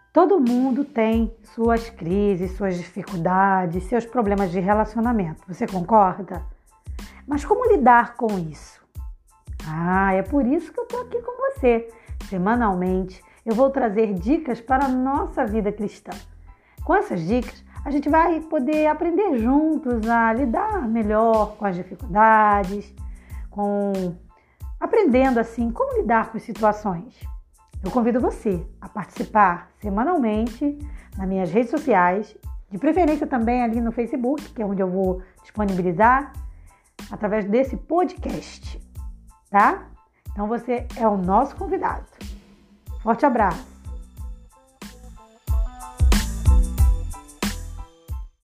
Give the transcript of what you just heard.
Todo mundo tem suas crises, suas dificuldades, seus problemas de relacionamento. Você concorda? Mas como lidar com isso? É por isso que eu estou aqui com você. Semanalmente, eu vou trazer dicas para a nossa vida cristã. Com essas dicas, a gente vai poder aprender juntos a lidar melhor com as dificuldades, aprendendo assim como lidar com as situações. Eu convido você a participar semanalmente nas minhas redes sociais, de preferência também ali no Facebook, que é onde eu vou disponibilizar através desse podcast, tá? Então você é o nosso convidado. Forte abraço!